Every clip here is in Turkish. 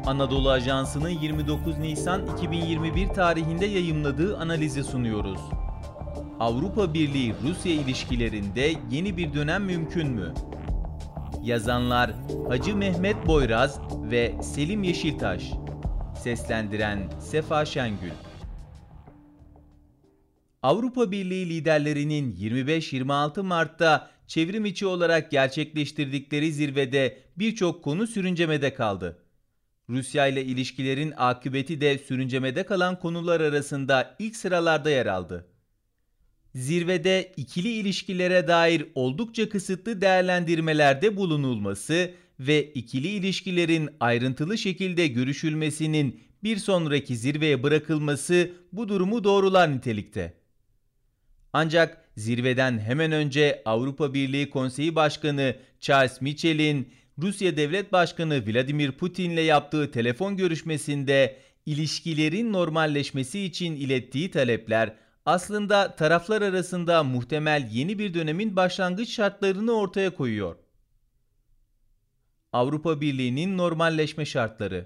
Anadolu Ajansı'nın 29 Nisan 2021 tarihinde yayımladığı analizi sunuyoruz. Avrupa Birliği-Rusya ilişkilerinde yeni bir dönem mümkün mü? Yazanlar Hacı Mehmet Boyraz ve Selim Yeşiltaş. Seslendiren Sefa Şengül. Avrupa Birliği liderlerinin 25-26 Mart'ta çevrim içi olarak gerçekleştirdikleri zirvede birçok konu sürüncemede kaldı. Rusya ile ilişkilerin akıbeti de sürüncemede kalan konular arasında ilk sıralarda yer aldı. Zirvede ikili ilişkilere dair oldukça kısıtlı değerlendirmelerde bulunulması ve ikili ilişkilerin ayrıntılı şekilde görüşülmesinin bir sonraki zirveye bırakılması bu durumu doğrular nitelikte. Ancak zirveden hemen önce Avrupa Birliği Konseyi Başkanı Charles Michel'in Rusya Devlet Başkanı Vladimir Putin'le yaptığı telefon görüşmesinde ilişkilerin normalleşmesi için ilettiği talepler aslında taraflar arasında muhtemel yeni bir dönemin başlangıç şartlarını ortaya koyuyor. Avrupa Birliği'nin normalleşme şartları.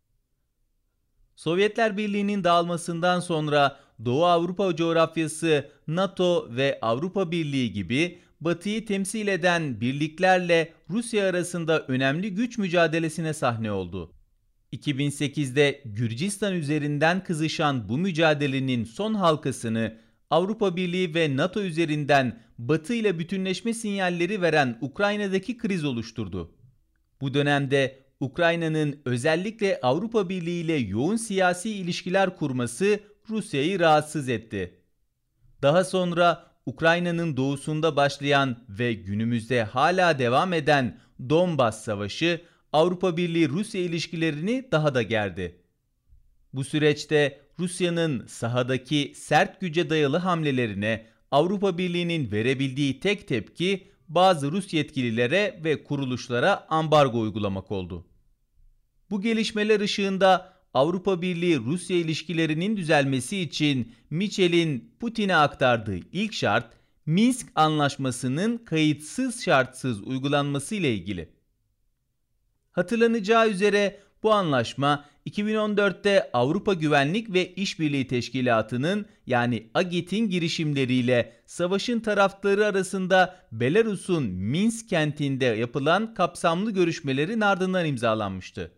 Sovyetler Birliği'nin dağılmasından sonra Doğu Avrupa coğrafyası NATO ve Avrupa Birliği gibi Batı'yı temsil eden birliklerle Rusya arasında önemli güç mücadelesine sahne oldu. 2008'de Gürcistan üzerinden kızışan bu mücadelenin son halkasını Avrupa Birliği ve NATO üzerinden Batı ile bütünleşme sinyalleri veren Ukrayna'daki kriz oluşturdu. Bu dönemde Ukrayna'nın özellikle Avrupa Birliği ile yoğun siyasi ilişkiler kurması Rusya'yı rahatsız etti. Daha sonra Ukrayna'nın doğusunda başlayan ve günümüzde hala devam eden Donbas Savaşı Avrupa Birliği-Rusya ilişkilerini daha da gerdi. Bu süreçte Rusya'nın sahadaki sert güce dayalı hamlelerine Avrupa Birliği'nin verebildiği tek tepki bazı Rus yetkililere ve kuruluşlara ambargo uygulamak oldu. Bu gelişmeler ışığında Avrupa Birliği-Rusya ilişkilerinin düzelmesi için Michel'in Putin'e aktardığı ilk şart, Minsk Anlaşması'nın kayıtsız şartsız uygulanması ile ilgili. Hatırlanacağı üzere bu anlaşma 2014'te Avrupa Güvenlik ve İşbirliği Teşkilatı'nın yani AGİT'in girişimleriyle savaşın tarafları arasında Belarus'un Minsk kentinde yapılan kapsamlı görüşmelerin ardından imzalanmıştı.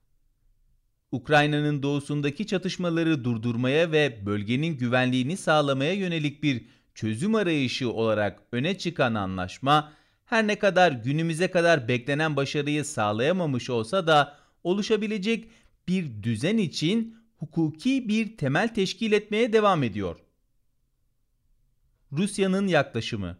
Ukrayna'nın doğusundaki çatışmaları durdurmaya ve bölgenin güvenliğini sağlamaya yönelik bir çözüm arayışı olarak öne çıkan anlaşma, her ne kadar günümüze kadar beklenen başarıyı sağlayamamış olsa da oluşabilecek bir düzen için hukuki bir temel teşkil etmeye devam ediyor. Rusya'nın yaklaşımı.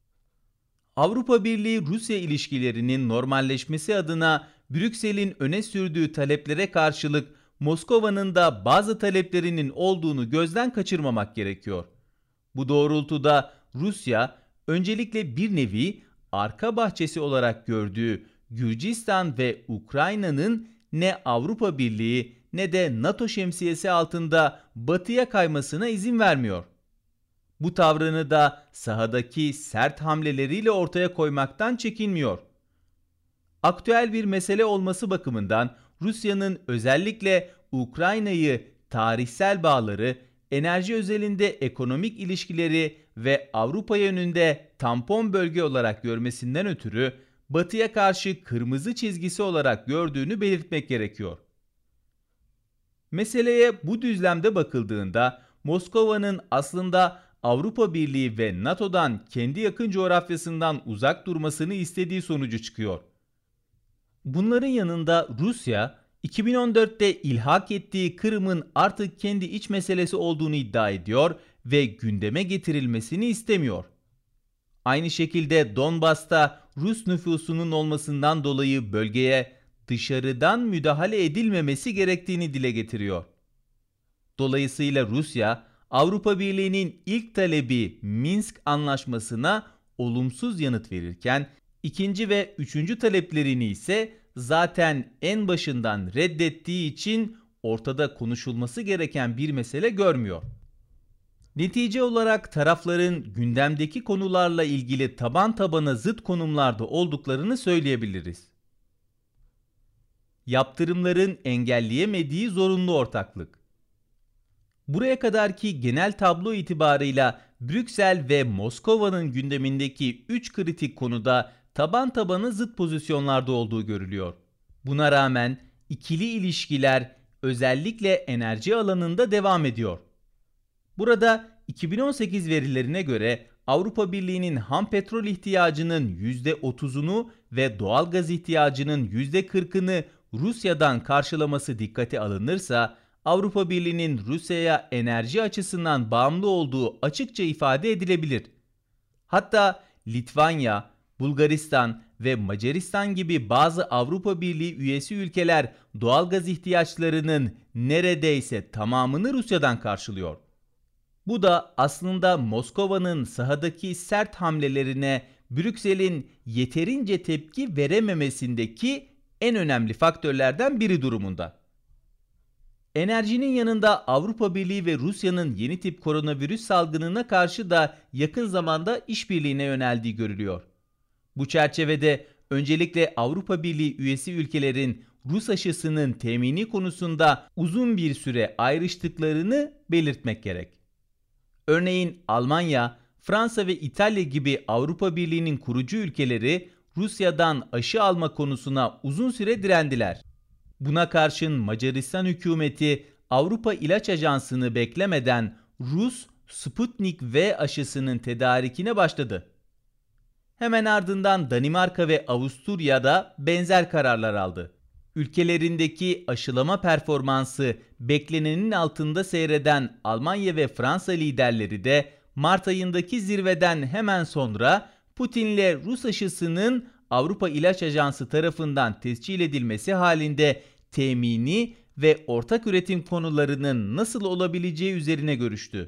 Avrupa Birliği-Rusya ilişkilerinin normalleşmesi adına Brüksel'in öne sürdüğü taleplere karşılık Moskova'nın da bazı taleplerinin olduğunu gözden kaçırmamak gerekiyor. Bu doğrultuda Rusya öncelikle bir nevi arka bahçesi olarak gördüğü Gürcistan ve Ukrayna'nın ne Avrupa Birliği ne de NATO şemsiyesi altında batıya kaymasına izin vermiyor. Bu tavrını da sahadaki sert hamleleriyle ortaya koymaktan çekinmiyor. Aktüel bir mesele olması bakımından Rusya'nın özellikle Ukrayna'yı tarihsel bağları, enerji özelinde ekonomik ilişkileri ve Avrupa yönünde tampon bölge olarak görmesinden ötürü Batı'ya karşı kırmızı çizgisi olarak gördüğünü belirtmek gerekiyor. Meseleye bu düzlemde bakıldığında Moskova'nın aslında Avrupa Birliği ve NATO'dan kendi yakın coğrafyasından uzak durmasını istediği sonucu çıkıyor. Bunların yanında Rusya, 2014'te ilhak ettiği Kırım'ın artık kendi iç meselesi olduğunu iddia ediyor ve gündeme getirilmesini istemiyor. Aynı şekilde Donbas'ta Rus nüfusunun olmasından dolayı bölgeye dışarıdan müdahale edilmemesi gerektiğini dile getiriyor. Dolayısıyla Rusya, Avrupa Birliği'nin ilk talebi Minsk Anlaşması'na olumsuz yanıt verirken, ikinci ve üçüncü taleplerini ise zaten en başından reddettiği için ortada konuşulması gereken bir mesele görmüyor. Netice olarak tarafların gündemdeki konularla ilgili taban tabana zıt konumlarda olduklarını söyleyebiliriz. Yaptırımların engelleyemediği zorunlu ortaklık. Buraya kadarki genel tablo itibarıyla Brüksel ve Moskova'nın gündemindeki 3 kritik konuda taban tabana zıt pozisyonlarda olduğu görülüyor. Buna rağmen ikili ilişkiler özellikle enerji alanında devam ediyor. Burada 2018 verilerine göre Avrupa Birliği'nin ham petrol ihtiyacının %30'unu ve doğal gaz ihtiyacının %40'ını Rusya'dan karşılaması dikkate alınırsa, Avrupa Birliği'nin Rusya'ya enerji açısından bağımlı olduğu açıkça ifade edilebilir. Hatta Litvanya, Bulgaristan ve Macaristan gibi bazı Avrupa Birliği üyesi ülkeler doğal gaz ihtiyaçlarının neredeyse tamamını Rusya'dan karşılıyor. Bu da aslında Moskova'nın sahadaki sert hamlelerine Brüksel'in yeterince tepki verememesindeki en önemli faktörlerden biri durumunda. Enerjinin yanında Avrupa Birliği ve Rusya'nın yeni tip koronavirüs salgınına karşı da yakın zamanda işbirliğine yöneldiği görülüyor. Bu çerçevede öncelikle Avrupa Birliği üyesi ülkelerin Rus aşısının temini konusunda uzun bir süre ayrıştıklarını belirtmek gerek. Örneğin Almanya, Fransa ve İtalya gibi Avrupa Birliği'nin kurucu ülkeleri Rusya'dan aşı alma konusuna uzun süre direndiler. Buna karşın Macaristan hükümeti Avrupa İlaç Ajansı'nı beklemeden Rus Sputnik V aşısının tedarikine başladı. Hemen ardından Danimarka ve Avusturya da benzer kararlar aldı. Ülkelerindeki aşılama performansı beklenenin altında seyreden Almanya ve Fransa liderleri de Mart ayındaki zirveden hemen sonra Putin'le Rus aşısının Avrupa İlaç Ajansı tarafından tescil edilmesi halinde temini ve ortak üretim konularının nasıl olabileceği üzerine görüştü.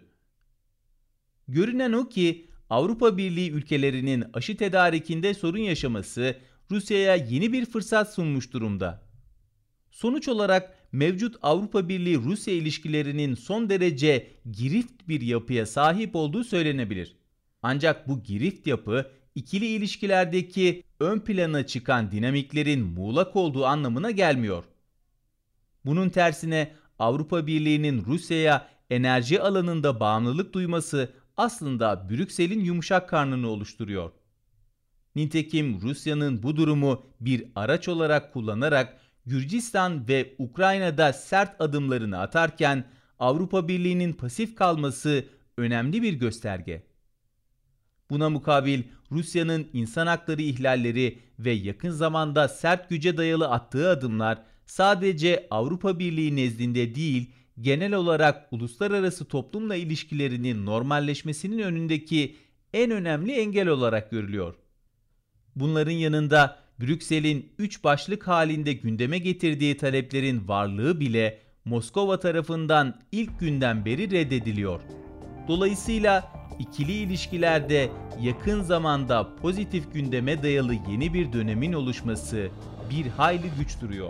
Görünen o ki Avrupa Birliği ülkelerinin aşı tedarikinde sorun yaşaması Rusya'ya yeni bir fırsat sunmuş durumda. Sonuç olarak mevcut Avrupa Birliği-Rusya ilişkilerinin son derece girift bir yapıya sahip olduğu söylenebilir. Ancak bu girift yapı ikili ilişkilerdeki ön plana çıkan dinamiklerin muğlak olduğu anlamına gelmiyor. Bunun tersine Avrupa Birliği'nin Rusya'ya enerji alanında bağımlılık duyması aslında Brüksel'in yumuşak karnını oluşturuyor. Nitekim Rusya'nın bu durumu bir araç olarak kullanarak Gürcistan ve Ukrayna'da sert adımlarını atarken Avrupa Birliği'nin pasif kalması önemli bir gösterge. Buna mukabil Rusya'nın insan hakları ihlalleri ve yakın zamanda sert güce dayalı attığı adımlar sadece Avrupa Birliği nezdinde değil, genel olarak uluslararası toplumla ilişkilerinin normalleşmesinin önündeki en önemli engel olarak görülüyor. Bunların yanında Brüksel'in 3 başlık halinde gündeme getirdiği taleplerin varlığı bile Moskova tarafından ilk günden beri reddediliyor. Dolayısıyla ikili ilişkilerde yakın zamanda pozitif gündeme dayalı yeni bir dönemin oluşması bir hayli güç duruyor.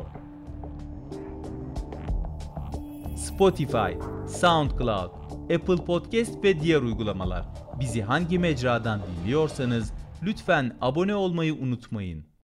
Spotify, SoundCloud, Apple Podcast ve diğer uygulamalar. Bizi hangi mecradan dinliyorsanız lütfen abone olmayı unutmayın.